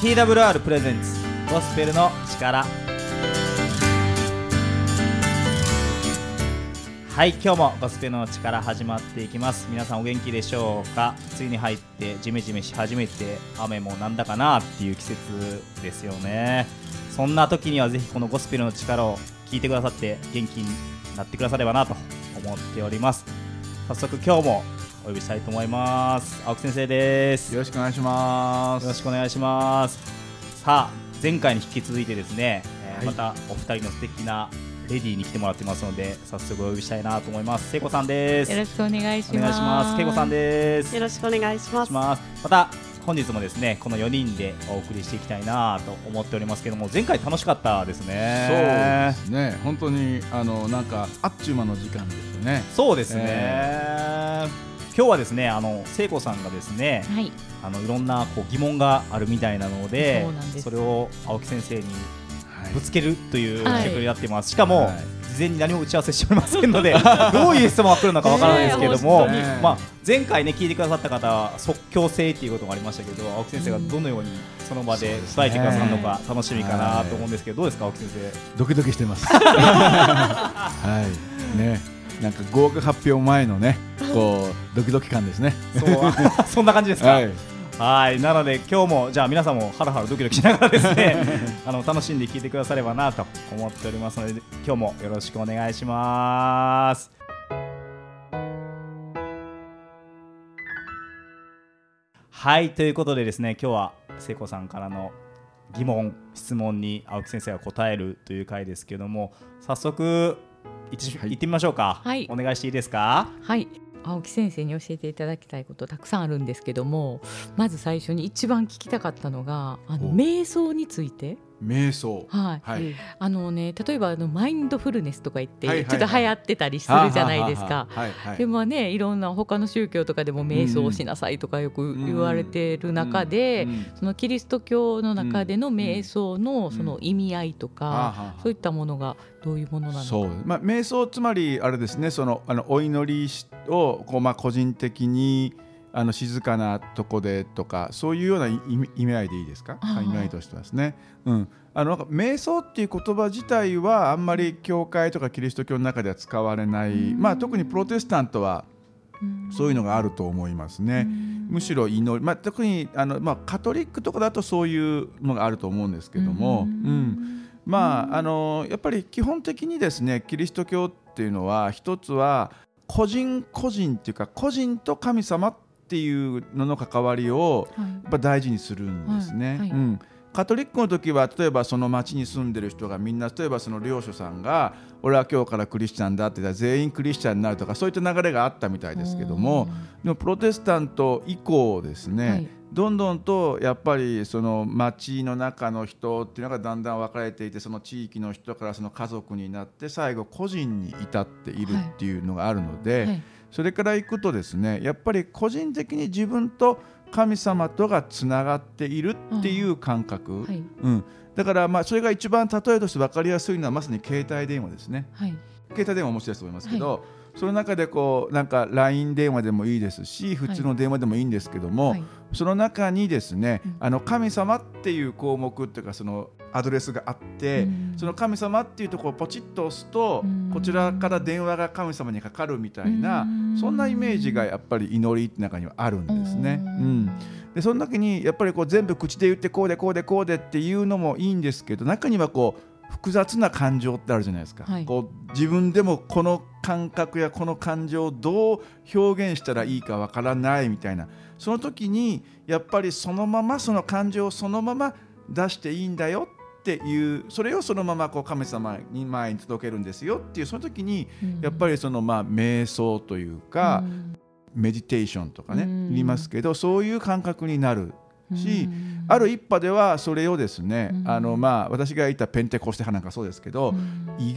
TWR プレゼンツゴスペルの力。はい、今日もゴスペルの力始まっていきます。皆さんお元気でしょうか。梅雨に入ってジメジメし始めて、雨もなんだかなっていう季節ですよね。そんな時にはぜひこのゴスペルの力を聞いてくださって元気になってくださればなと思っております。早速今日もお呼びしたいと思います。青木先生です。 よろしくお願いします。 よろしくお願いします。さあ、前回に引き続いてですね、またお二人の素敵なレディーに来てもらってますので、早速お呼びしたいなと思います。聖子さんです。 よろしくお願いします。 お願いします。けいこさんです。 よろしくお願いします。 また本日もですね、この4人でお送りしていきたいなと思っておりますけども、前回楽しかったですね。 そうですね、本当になんかあっちゅう間の時間ですよね。 そうですね、今日はですね、聖子さんがですね、 はい、 いろんなこう疑問があるみたいなので、 そうなんです。 それを青木先生にはいぶつけるというはい企画になっています。しかも、 はい事前に何も打ち合わせしておりませんのでどういう質問が来るのかわからないですけども、前回ね聞いてくださった方は即興性っていうこともありましたけど、青木先生がどのようにその場で伝えてくださるのか楽しみかなと思うんですけど、どうですか青木先生。 ドキドキしてます。はいね、なんか合格発表前のね、こうドキドキ感ですね。 そんな感じですか。 はいはい、なので今日もじゃあ皆さんもハラハラドキドキしながらですね楽しんで聞いてくださればなと思っておりますので、今日もよろしくお願いします。はい、ということでですね、今日は聖子さんからの疑問質問に青木先生が答えるという回ですけども、早速行ってみましょうか。 はい、 お願いしていいですか。 はい、青木先生に教えていただきたいことたくさんあるんですけども、まず最初に一番聞きたかったのが瞑想について。 瞑想、 はいはい、 例えばマインドフルネスとか言って、 はいはいはい、 ちょっと流行ってたりするじゃないですか。でもね、いろんな他の宗教とかでも瞑想をしなさいとかよく言われている中で、そのキリスト教の中での瞑想のその意味合いとか、そういったものがどういうものなのか。 そう、瞑想つまりあれですね、そのお祈りをこう、個人的に静かなとこでとか、そういうような意味合いでいいですか。意味合いとしてはですね、なんか瞑想っていう言葉自体はあんまり教会とかキリスト教の中では使われない、特にプロテスタントはそういうのがあると思いますね。むしろ祈り、特にカトリックとかだとそういうのがあると思うんですけども、やっぱり基本的にですね、キリスト教っていうのは一つは個人個人っていうか、個人と神様っていうのの関わりをやっぱ大事にするんですね。カトリックの時は例えばその町に住んでる人がみんな、例えばその領主さんが俺は今日からクリスチャンだって言ったら全員クリスチャンになるとか、そういった流れがあったみたいですけども、でもプロテスタント以降ですね、どんどんとやっぱりその町の中の人っていうのがだんだん分かれていて、その地域の人からその家族になって最後個人に至っているっていうのがあるので、それからいくとですね、やっぱり個人的に自分と神様とがつながっているっていう感覚、だからそれが一番例えとして分かりやすいのはまさに携帯電話ですね。携帯電話お持ちですと思いますけど、その中でこうなんか LINE 電話でもいいですし、普通の電話でもいいんですけども、その中にですね、神様っていう項目っていうか、そのアドレスがあって、その神様っていうところをポチッと押すと、こちらから電話が神様にかかるみたいな、そんなイメージがやっぱり祈りって中にはあるんですね。でその時にやっぱりこう全部口で言ってこうでこうでこうでっていうのもいいんですけど、中にはこう複雑な感情ってあるじゃないですか。こう自分でもこの感覚やこの感情をどう表現したらいいかわからないみたいな、その時にやっぱりそのままその感情をそのまま出していいんだよっていう、それをそのままこう神様に前に届けるんですよっていう、その時にやっぱりその瞑想というか、メディテーションとかね言いますけど、そういう感覚になるし、ある一派ではそれをですね、私が言ったペンテコステ派なんかそうですけど、威厳って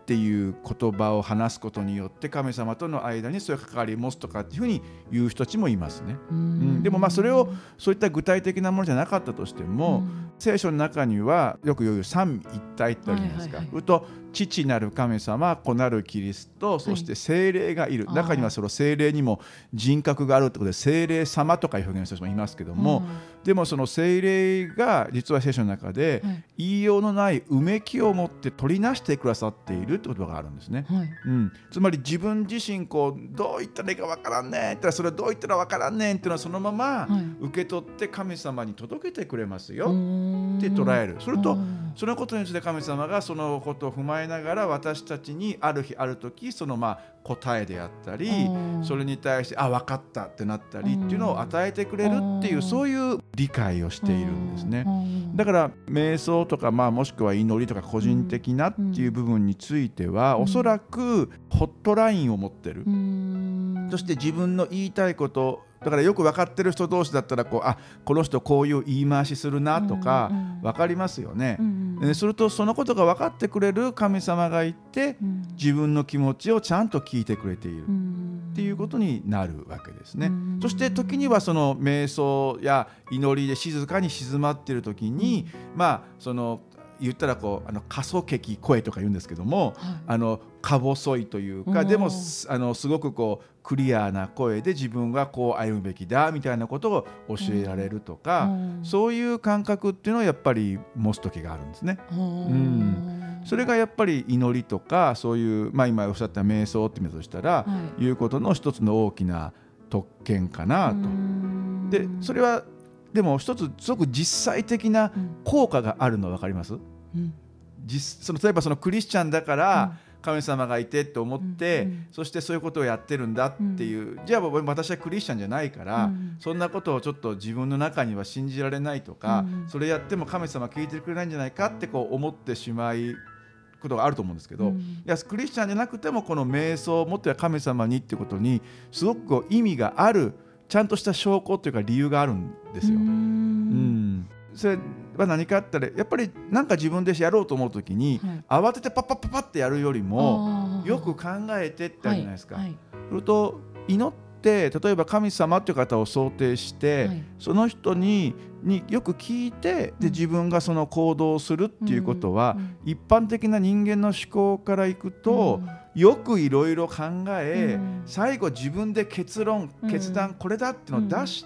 っていう言葉を話すことによって神様との間にそういう関わりを持つとかっていうふうに言う人たちもいますね。でもそれをそういった具体的なものじゃなかったとしても、聖書の中にはよく言う三位一体ってあるじゃないですか。と父なる神様、子なるキリスト、そして聖霊がいる、中にはその聖霊にも人格があるってことで聖霊様とかいう表現の人もいますけども、でもその聖霊が実は聖書の中で言いようのないうめきを持って取りなしてくださっているってことがあるんですね。つまり自分自身どう言ったらいいか分からんねんって、それはどう言ったら分からんねんっていうのはそのまま受け取って神様に届けてくれますよって捉える。それとそのことについて神様がそのことを踏まえながら私たちにある日ある時その答えであったり、それに対して分かったってなったりっていうのを与えてくれるっていう、そういう理解をしているんですね。だから瞑想とかもしくは祈りとか個人的なっていう部分についてはおそらくホットラインを持ってる。そして自分の言いたいことだからよく分かってる人同士だったらこの人こういう言い回しするなとか分かりますよね。するとそのことが分かってくれる神様がいて、自分の気持ちをちゃんと聞いてくれているっていうことになるわけですね。そして時にはその瞑想や祈りで静かに静まっている時にその言ったら過疎的声とか言うんですけども、か細いというか、でもすごくクリアな声で自分がこう歩むべきだみたいなことを教えられるとか、そういう感覚っていうのをやっぱり持つ時があるんですね。それがやっぱり祈りとかそういう、今おっしゃった瞑想って意味としたら、いうことの一つの大きな特権かなと。でそれはでも一つすごく実際的な効果があるのは分かります？例えばそのクリスチャンだから神様がいてと思って、そしてそういうことをやってるんだっていう、じゃあ私はクリスチャンじゃないから、そんなことをちょっと自分の中には信じられないとか、それやっても神様聞いてくれないんじゃないかって思ってしまうことがあると思うんですけど、いやクリスチャンじゃなくてもこの瞑想もっとは神様にっていうことにすごく意味がある、ちゃんとした証拠というか理由があるんですよ。それは何かあったらやっぱり何か自分でやろうと思うときに、慌ててパッパッパッパッってやるよりもよく考えてってあるじゃないですか。それと祈って例えば神様っていう方を想定して、その人によく聞いてで自分がその行動をするっていうことは、一般的な人間の思考からいくと、よくいろいろ考え、最後自分で決断これだっていうのを出して、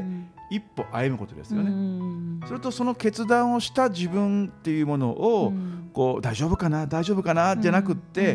一歩歩むことですよね。それとその決断をした自分っていうものを大丈夫かな大丈夫かなじゃなくって、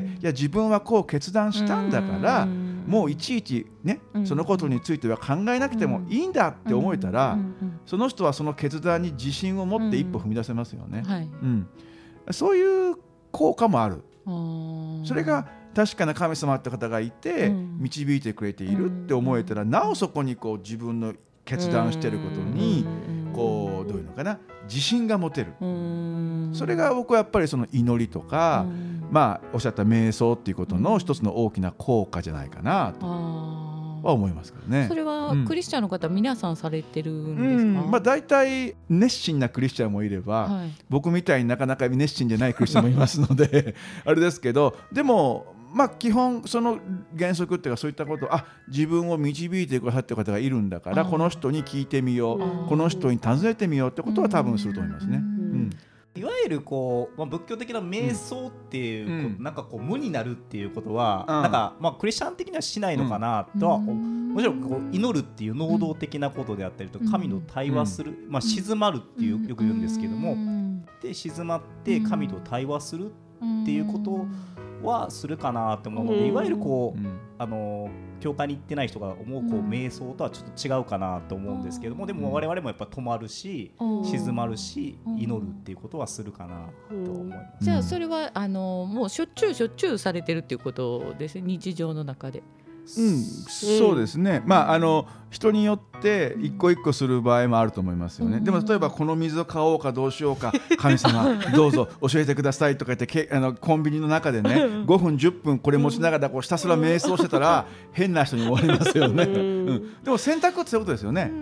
いや自分はこう決断したんだから、もういちいちね、そのことについては考えなくてもいいんだって思えたら、その人はその決断に自信を持って一歩踏み出せますよね。そういう効果もある。それが確かな神様って方がいて、導いてくれているって思えたら、なおそこに自分の決断していることにどういうのかな、自信が持てる。それが僕はやっぱりその祈りとか、おっしゃった瞑想っていうことの一つの大きな効果じゃないかなとは思いますけどね。 それはクリスチャンの方、皆さんされてるんですか？ 大体熱心なクリスチャンもいれば、僕みたいになかなか熱心じゃないクリスチャンもいますのであれですけど、でも基本その原則っていうか、そういったこと、自分を導いてくださっている方がいるんだから、この人に聞いてみよう、この人に尋ねてみようってことは多分すると思いますね。 いわゆる仏教的な瞑想っていう、なんか無になるっていうことは、なんかクリスチャン的にはしないのかなとは、もちろん祈るっていう能動的なことであったりとか、神と対話する、静まるっていうよく言うんですけども、で静まって神と対話するっていうことはするかなと思うので、いわゆる教会に行ってない人が思う瞑想とはちょっと違うかなと思うんですけども、でも我々もやっぱ止まるし静まるし祈るっていうことはするかなと思います。 じゃあそれはもうしょっちゅうされてるっていうことですね、日常の中で。 そうですね。人によって一個一個する場合もあると思いますよね。でも例えばこの水を買おうかどうしようか、神様どうぞ教えてくださいとか言ってコンビニの中でね5分10分これ持ちながらひたすら瞑想してたら変な人に思われますよね。でも選択ってそういうことですよね。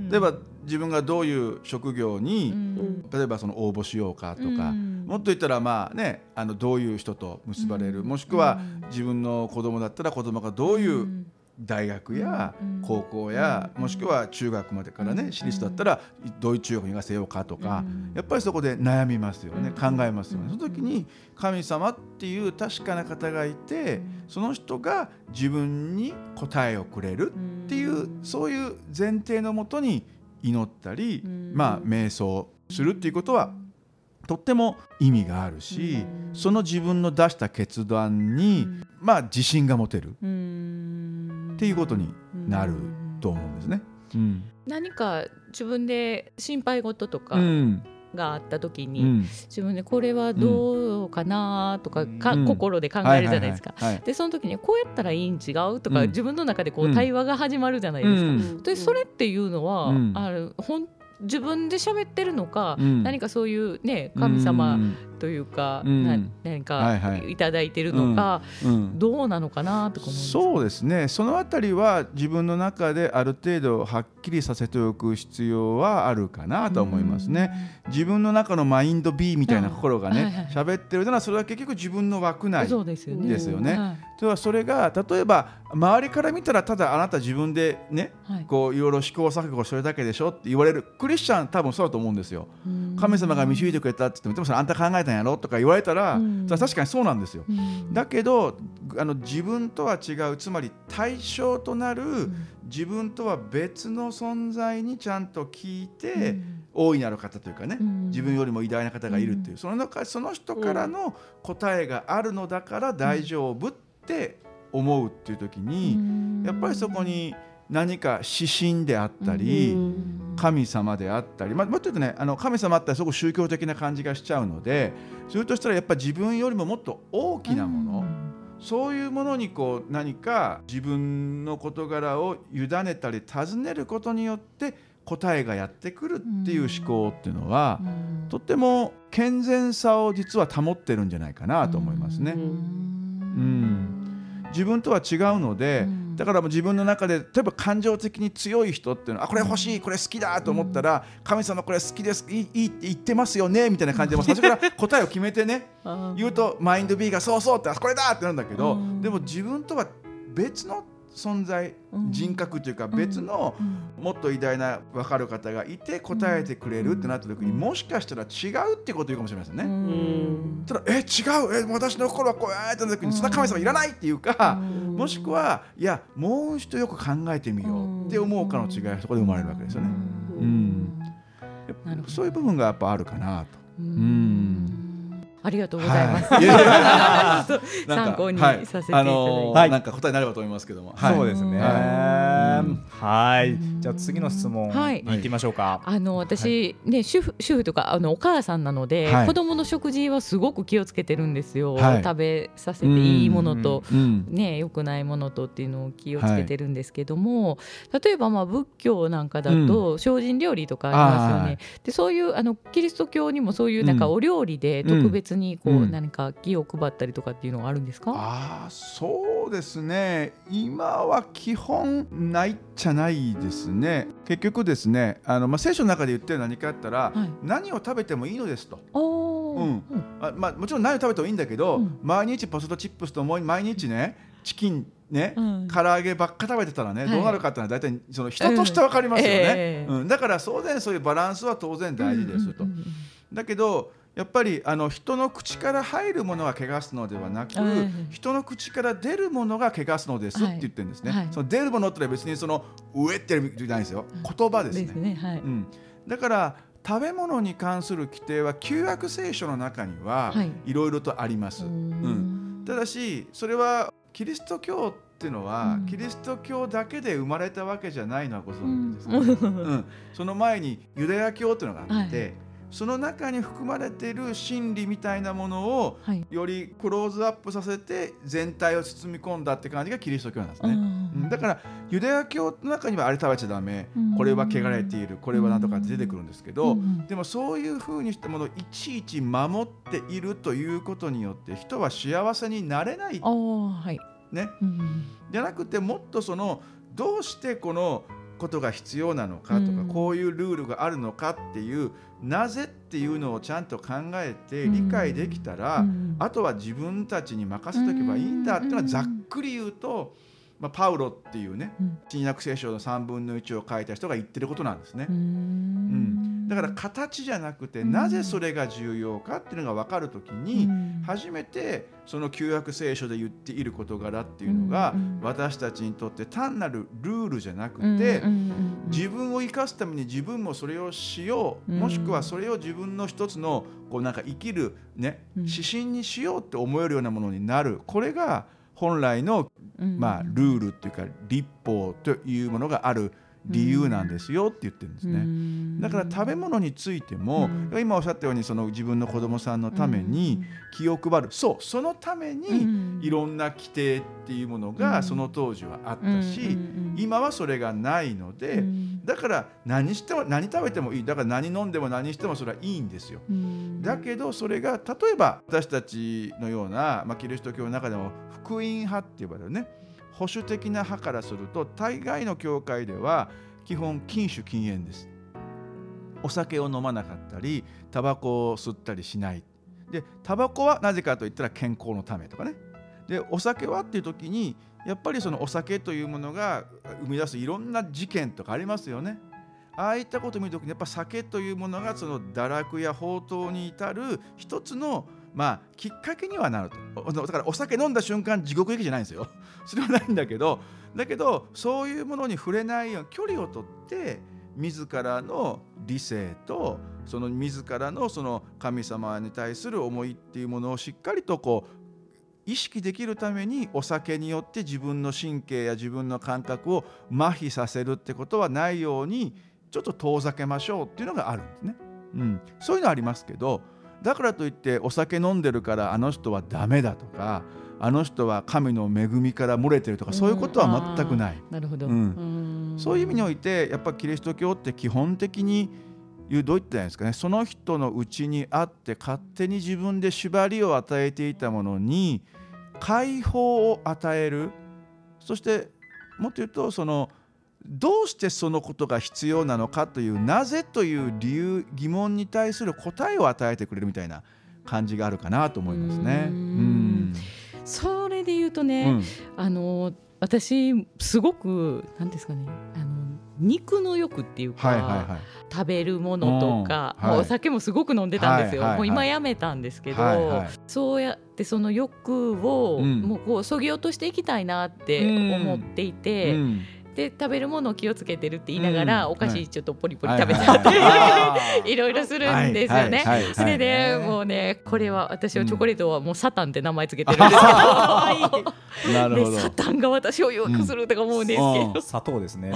例えば自分がどういう職業に、例えばその応募しようかとか、もっと言ったらまあね、どういう人と結ばれる、もしくは自分の子供だったら子供がどういう大学や高校や、もしくは中学までからね、私立だったらどういう中学に行かせようかとか、やっぱりそこで悩みますよね、考えますよね。その時に神様っていう確かな方がいて、その人が自分に答えをくれるっていう、そういう前提のもとに祈ったり、瞑想するっていうことはとっても意味があるし、その自分の出した決断に自信が持てるっていうことになると思うんですね。 何か自分で心配事とかがあった時に、自分でこれはどうかなとか、心で考えるじゃないですか。でその時にこうやったらいいん違うとか、自分の中でこう対話が始まるじゃないですか。でそれっていうのは、自分で喋ってるのか、何かそういうね、神様というか、何かいただいてるのか、どうなのかなとか思うんです。 そうですね、そのあたりは自分の中である程度はっきりさせておく必要はあるかなと思いますね。自分の中のマインド B みたいな心がね、喋ってるならそれは結局自分の枠内ですよね。それが例えば周りから見たらただあなた自分でね、こういろいろ試行錯誤それだけでしょって言われる。クリスチャン多分そうだと思うんですよ。神様が導いてくれたって言っても、でもそれあんた考えたんやろとか言われたら、確かにそうなんですよ。だけど自分とは違う、つまり対象となる自分とは別の存在にちゃんと聞いて、大いなる方というかね、自分よりも偉大な方がいるっていう、その人からの答えがあるのだから大丈夫って思うっていう時に、やっぱりそこに何か指針であったり、神様であったり、もっと言うとね、神様あったらすごく宗教的な感じがしちゃうので、それとしたらやっぱり自分よりももっと大きなもの、そういうものにこう何か自分の事柄を委ねたり尋ねることによって答えがやってくるっていう思考っていうのは、とっても健全さを実は保ってるんじゃないかなと思いますね。自分とは違うので、だからもう自分の中で例えば感情的に強い人っていうのは、これ欲しい、これ好きだと思ったら、神様これ好きです、いいって言ってますよねみたいな感じで、もう最初から答えを決めてね言うと、マインド B がそうそうってこれだってなるんだけど、でも自分とは別の存在、人格というか別のもっと偉大な分かる方がいて答えてくれるってなった時に、もしかしたら違うってことを言うかもしれませんね。ただ違う、私の心はこうやってなった時に、そんな神様いらないっていうか、もしくはいやもう一度よく考えてみようって思うかの違いがそこで生まれるわけですよね。そういう部分がやっぱあるかなと。 ありがとうございます。参考にさせていただいて、 なんか答えになればと思いますけども。 そうですね。はい。じゃあ次の質問に行ってみましょうか。 私ね、主婦とかお母さんなので、子供の食事はすごく気をつけてるんですよ。食べさせていいものとね、良くないものとっていうのを気をつけてるんですけども、例えば仏教なんかだと精進料理とかありますよね。でそういうキリスト教にもそういうなんかお料理で特別にこう何か気を配ったりとかっていうのはあるんですか？ そうですね、今は基本ないっちゃないですね。結局ですね、聖書の中で言ってる何かあったら、何を食べてもいいのですと。もちろん何を食べてもいいんだけど、毎日ポテトチップスと毎日ねチキンね、唐揚げばっか食べてたらね、どうなるかっていうのは大体その人として分かりますよね。だから当然そういうバランスは当然大事ですと。だけどやっぱり人の口から入るものが汚すのではなく、人の口から出るものが汚すのですって言ってるんですね。その出るものって別にその上ってるじゃないですよ、言葉ですね。だから食べ物に関する規定は旧約聖書の中にはいろいろとあります。ただしそれはキリスト教っていうのは、キリスト教だけで生まれたわけじゃないのはご存知ですか？その前にユダヤ教っていうのがあって、その中に含まれている真理みたいなものをよりクローズアップさせて全体を包み込んだって感じがキリスト教なんですね。だからユダヤ教の中にはあれ食べちゃダメ、これは汚れている、これは何とかって出てくるんですけど、でもそういうふうにしたものをいちいち守っているということによって人は幸せになれない、じゃなくて、もっとどうしてこのことが必要なのかとか、こういうルールがあるのかっていうなぜっていうのをちゃんと考えて理解できたら、あとは自分たちに任せとけばいいんだっていうのはざっくり言うと、パウロっていうね、新約聖書の3分の1を書いた人が言ってることなんですね。だから形じゃなくてなぜそれが重要かっていうのが分かるときに、初めてその旧約聖書で言っている事柄っていうのが私たちにとって単なるルールじゃなくて、自分を生かすために自分もそれをしよう、もしくはそれを自分の一つのなんか生きるね、指針にしようって思えるようなものになる。これが本来のルールっていうか律法というものがある理由なんですよって言ってるんですね。だから食べ物についても、今おっしゃったようにその自分の子供さんのために気を配る、そのためにいろんな規定っていうものがその当時はあったし、今はそれがないので、だから何食べてもいい、だから何飲んでも何してもそれはいいんですよ。だけどそれが例えば私たちのような、キリスト教の中でも福音派って呼ばれるね、保守的な派からすると大概の教会では基本禁酒禁煙です。お酒を飲まなかったりタバコを吸ったりしない。でタバコはなぜかといったら健康のためとかね。でお酒はっていう時にやっぱりそのお酒というものが生み出すいろんな事件とかありますよね。ああいったことを見るときにやっぱ酒というものがその堕落や放蕩に至る一つのきっかけにはなると。だからお酒飲んだ瞬間地獄行きじゃないんですよ。それはないんだけどそういうものに触れないように距離をとって自らの理性とその自らのその神様に対する思いっていうものをしっかりと意識できるためにお酒によって自分の神経や自分の感覚を麻痺させるってことはないようにちょっと遠ざけましょうっていうのがあるんですね。そういうのありますけど、だからといってお酒飲んでるからあの人はダメだとかあの人は神の恵みから漏れてるとかそういうことは全くない。 なるほど。 そういう意味においてやっぱりキリスト教って基本的にどう言ったらいいんですかね、その人のうちにあって勝手に自分で縛りを与えていたものに解放を与える。そしてもっと言うとどうしてそのことが必要なのかというなぜという理由疑問に対する答えを与えてくれるみたいな感じがあるかなと思いますね。 それで言うとね、私すごく何ですかね、肉の欲っていうか、食べるものとか、お酒もすごく飲んでたんですよ。もう今やめたんですけど、そうやってその欲をもうそぎ落としていきたいなって思っていて、で食べるものを気をつけてるって言いながら、お菓子ちょっとポリポリ食べちゃっていろいろするんですよね。それでもうね、これは私はチョコレートはもうサタンって名前つけてるんですけどなるほど、サタンが私を弱くするとか思うんですけど、 砂糖ですね。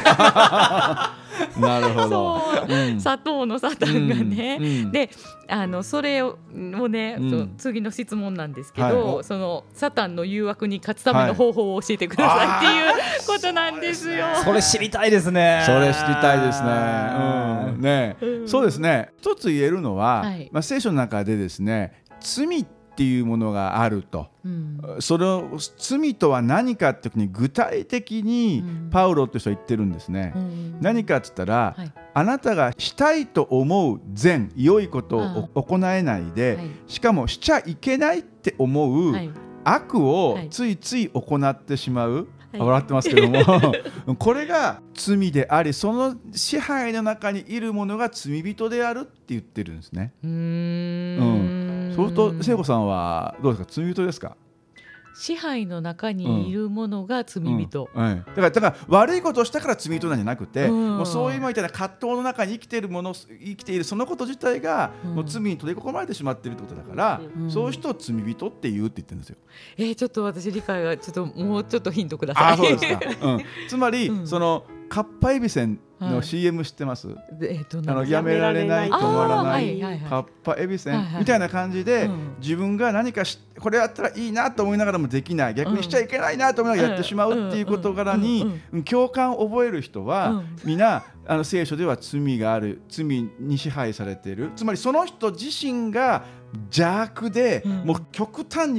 なるほど。 砂糖のサタンがね、でそれをね、次の質問なんですけど、そのサタンの誘惑に勝つための方法を教えてくださいっていうことなんですよ。 それ知りたいですね。 それ知りたいですね。そうですね。一つ言えるのは、聖書の中でですね、罪っていうものがあると、その罪とは何かって時に具体的にパウロって人は言ってるんですね。何かって言ったら、あなたがしたいと思う善良いことを行えないで、しかもしちゃいけないって思う悪をついつい行ってしまう、笑ってますけどもこれが罪であり、その支配の中にいるものが罪人であるって言ってるんですね。そうすると聖子さんはどうですか、罪人ですか？ 支配の中にいるものが罪人、 だから悪いことをしたから罪人なんじゃなくて、もうそういうみたいな葛藤の中に生きているそのこと自体がもう罪に取り囲まれてしまっているってことだから、そういう人を罪人って言うって言ってるんですよ。 ちょっと私理解がもうちょっとヒントください。 そうですか。つまり、そのカッパエビセンの CM 知ってます？やめられない止まらないカッパエビセンみたいな感じで、自分が何かこれやったらいいなと思いながらもできない、逆にしちゃいけないなと思いながらやってしまうっていう事柄に共感を覚える人は皆聖書では罪がある、罪に支配されている、つまりその人自身が邪悪で、もう極端にも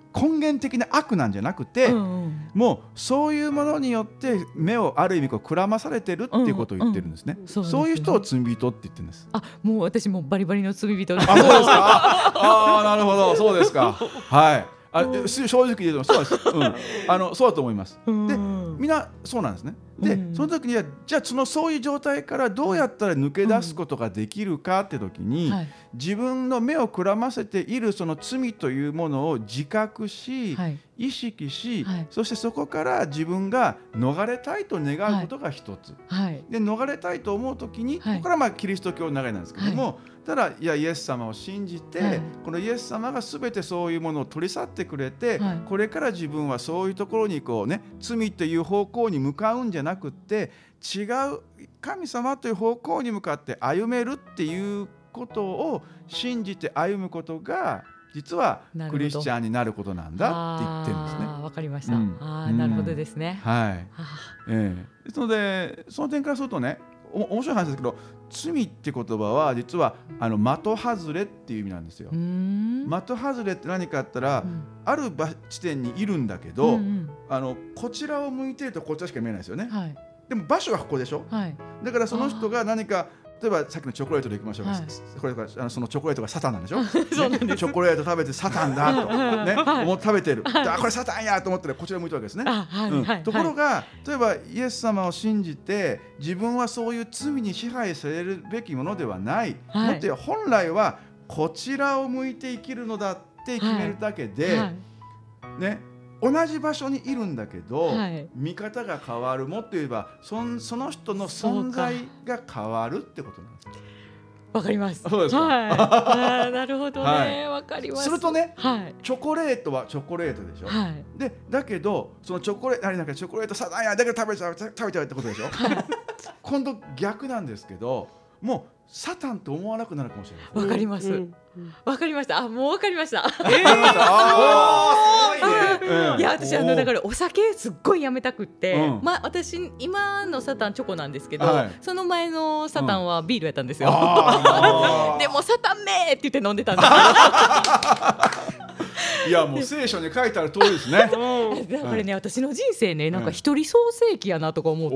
根源的な悪なんじゃなくて、もうそういうものによって目をある意味くらまされてるっていうことを言ってるんですね。そういう人を罪人って言ってるんです。 もう私もバリバリの罪人です。 そうですか。なるほど、そうですか。はい。正直言うとそうです。そうだと思います。で、みんなそうなんですね。で、その時にはじゃあそういう状態からどうやったら抜け出すことができるかって時に、自分の目をくらませているその罪というものを自覚し、意識し、そしてそこから自分が逃れたいと願うことが一つ、で逃れたいと思う時に、ここからキリスト教の流れなんですけども、ただイエス様を信じて、このイエス様が全てそういうものを取り去ってくれて、これから自分はそういうところに罪という方向に向かうんじゃなくって違う神様という方向に向かって歩めるっていうことを信じて歩むことが実はクリスチャンになることなんだって言ってるんですね。 わかりました。なるほどですね。 ですのでその点からするとね、面白い話ですけど、罪って言葉は実は的外れっていう意味なんですよ。的外れって何かあったら、ある地点にいるんだけど、こちらを向いてるとこちらしか見えないですよね。でも場所はここでしょ。だからその人が何か例えばさっきのチョコレートでいきましょうか、これそのチョコレートがサタンなんでしょチョコレート食べてサタンだと、思って食べてる、これサタンやと思ってこちら向いてるわけですね。ところが例えばイエス様を信じて自分はそういう罪に支配されるべきものではない、もっと本来はこちらを向いて生きるのだって決めるだけで、同じ場所にいるんだけど、見方が変わる、もっと言えばその人の存在が変わるってことなんです。 わかります。 そうですか。 なるほどね。わかります。 するとね、チョコレートはチョコレートでしょ。でだけどそのチョコレートサタンやだけど食べちゃうってことでしょ。今度逆なんですけど、もうサタンと思わなくなるかもしれない。 わかります。わかりました。もうわかりました。いや私だからお酒すっごいやめたくって、私今のサタンチョコなんですけど、その前のサタンはビールやったんですよ。でもサタンめーって言って飲んでたんです。 いやもう聖書に書いてある通りですね。 だからね、私の人生ね、なんか一人創世記やなとか思って。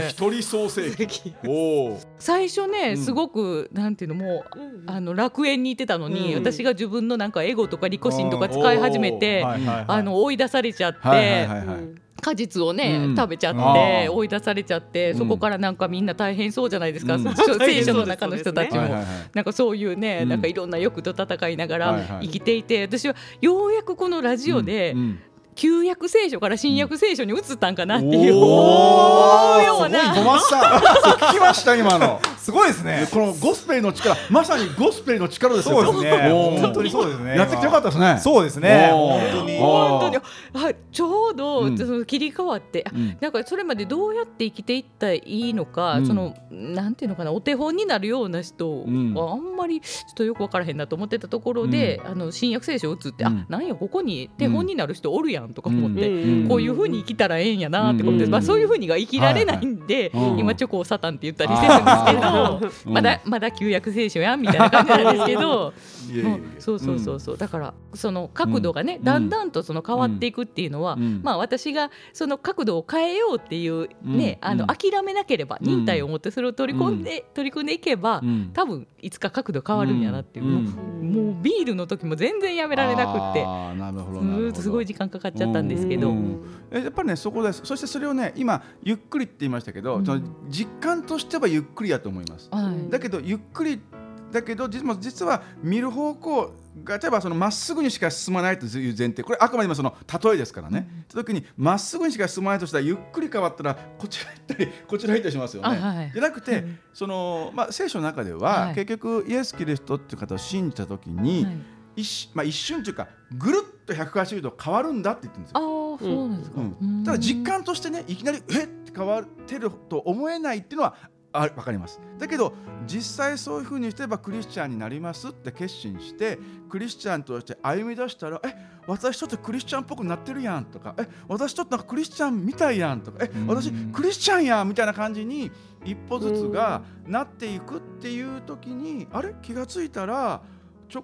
一人創世記。 最初ね、すごくなんていうの、もう楽園にいてたのに、私が自分のなんかエゴとか利己心とか使い始めて、追い出されちゃって。果実をね、食べちゃって追い出されちゃって、そこからなんかみんな大変そうじゃないですか、聖書の中の人たちもなんかそういうね、なんかいろんな欲と戦いながら生きていて、私はようやくこのラジオで旧約聖書から新約聖書に移ったんかなっていう、思うような。 聞きました今の。 すごいですね。 このゴスペルの力、まさにゴスペルの力ですよ。 そうですね。本当にそうですね。 やってきてよかったですね。 そうですね。 本当にちょうど切り替わって、なんかそれまでどうやって生きていったらいいのか、そのなんていうのかな、お手本になるような人はあんまりちょっとよく分からへんなと思ってたところで、新約聖書を移って、なんやここに手本になる人おるやんとか思って、こういう風に生きたらええんやなってことで、そういう風にが生きられないんで、今チョコをサタンって言ったりしてるんですけど、まだ旧約聖書やんみたいな感じなんですけど、そうだからその角度がね、だんだんとその変わっていくっていうのは、私がその角度を変えようっていうね、諦めなければ、忍耐を持ってそれを取り組んでいけば、多分いつか角度変わるんやなっていう、もうビールの時も全然やめられなくって、すごい時間かかっちゃったんですけど、 やっぱりねそこです。そしてそれをね、今ゆっくりって言いましたけど、実感としてはゆっくりやと思います。だけどゆっくりだけど実は見る方向が例えばまっすぐにしか進まないという前提、これあくまでもその例えですからね。時にまっすぐにしか進まないとしたら、ゆっくり変わったらこちら行ったりこちら行ったりしますよね。じゃなくて、聖書の中では結局イエス・キリストっていう方を信じた時に、一瞬というかぐるっと180度変わるんだって言ってるんですよ。 そうなんですか。 ただ実感としてね、いきなりって変わってると思えないっていうのは分かります。だけど実際そういう風にしてればクリスチャンになりますって決心してクリスチャンとして歩み出したら、私ちょっとクリスチャンっぽくなってるやんとか、私ちょっとなんかクリスチャンみたいやんとか、私クリスチャンやんみたいな感じに一歩ずつがなっていくっていう時に、気がついたらチョコ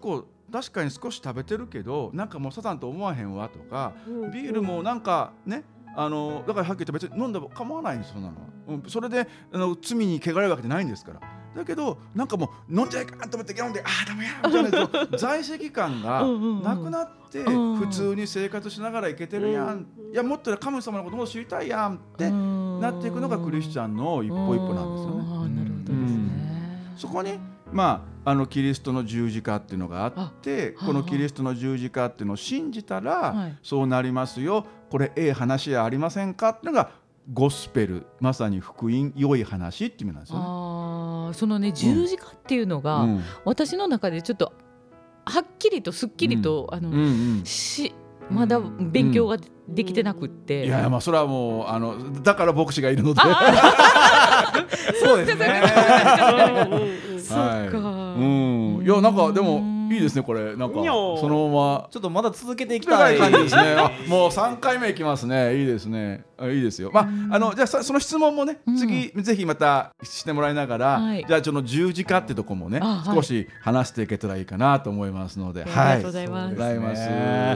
確かに少し食べてるけどなんかもうサタンと思わへんわとか、ビールもなんかねだからはっきり言って別に飲んでも構わないんですそんなのは、それで罪に汚れるわけじゃないんですから。だけどなんかもう飲んじゃいかんと思って飲んでダメやみたいな在籍感がなくなって普通に生活しながらいけてるやん、いやもっと神様のことも知りたいやんってなっていくのがクリスチャンの一歩一歩なんですよね。 なるほどですね。 そこにキリストの十字架っていうのがあってこのキリストの十字架っていうのを信じたらそうなりますよ、これ話はありませんかっていうのがゴスペル、まさに福音、良い話っていう意味なんですよね。 そのね十字架っていうのが、私の中でちょっとはっきりとすっきりと、まだ勉強ができてなくって、 いやそれはもうだから牧師がいるのでそうですねそっか、 いやなんかでもいいですねこれなんかそのままちょっとまだ続けていきたい感じですね。もう3回目いきますね。いいですね。いいですよ。じゃあその質問もね次ぜひまたしてもらいながら、じゃあその十字架ってとこもね少し話していけたらいいかなと思いますので、 ありがとうございます。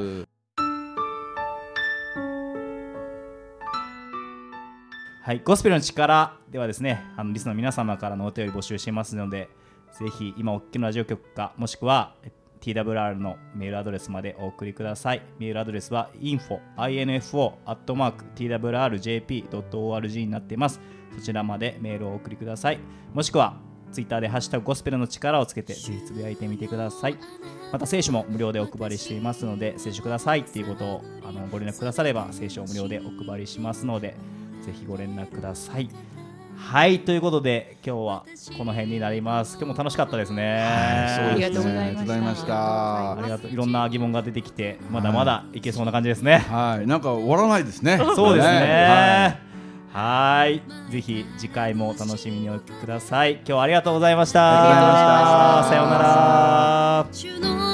はい、ゴスペルの力ではですね、リスナーの皆様からのお便り募集していますので、ぜひ今お聞きのラジオ局かもしくは TWR のメールアドレスまでお送りください。メールアドレスは info@twrjp.org になっています。そちらまでメールをお送りください。もしくはツイッターでハッシュタグゴスペルの力をつけてぜひつぶやいてみてください。また聖書も無料でお配りしていますので、聖書くださいっていうことをご連絡くだされば聖書を無料でお配りしますので、ぜひご連絡ください。はい、ということで今日はこの辺になります。今日も楽しかったですね。 ありがとうございました。 ありがとう。いろんな疑問が出てきてまだまだいけそうな感じですね。 はい、なんか終わらないですね。 そうですね。はい、ぜひ次回も楽しみにお聞きください。今日はありがとうございました。 ありがとうございました。 さようなら。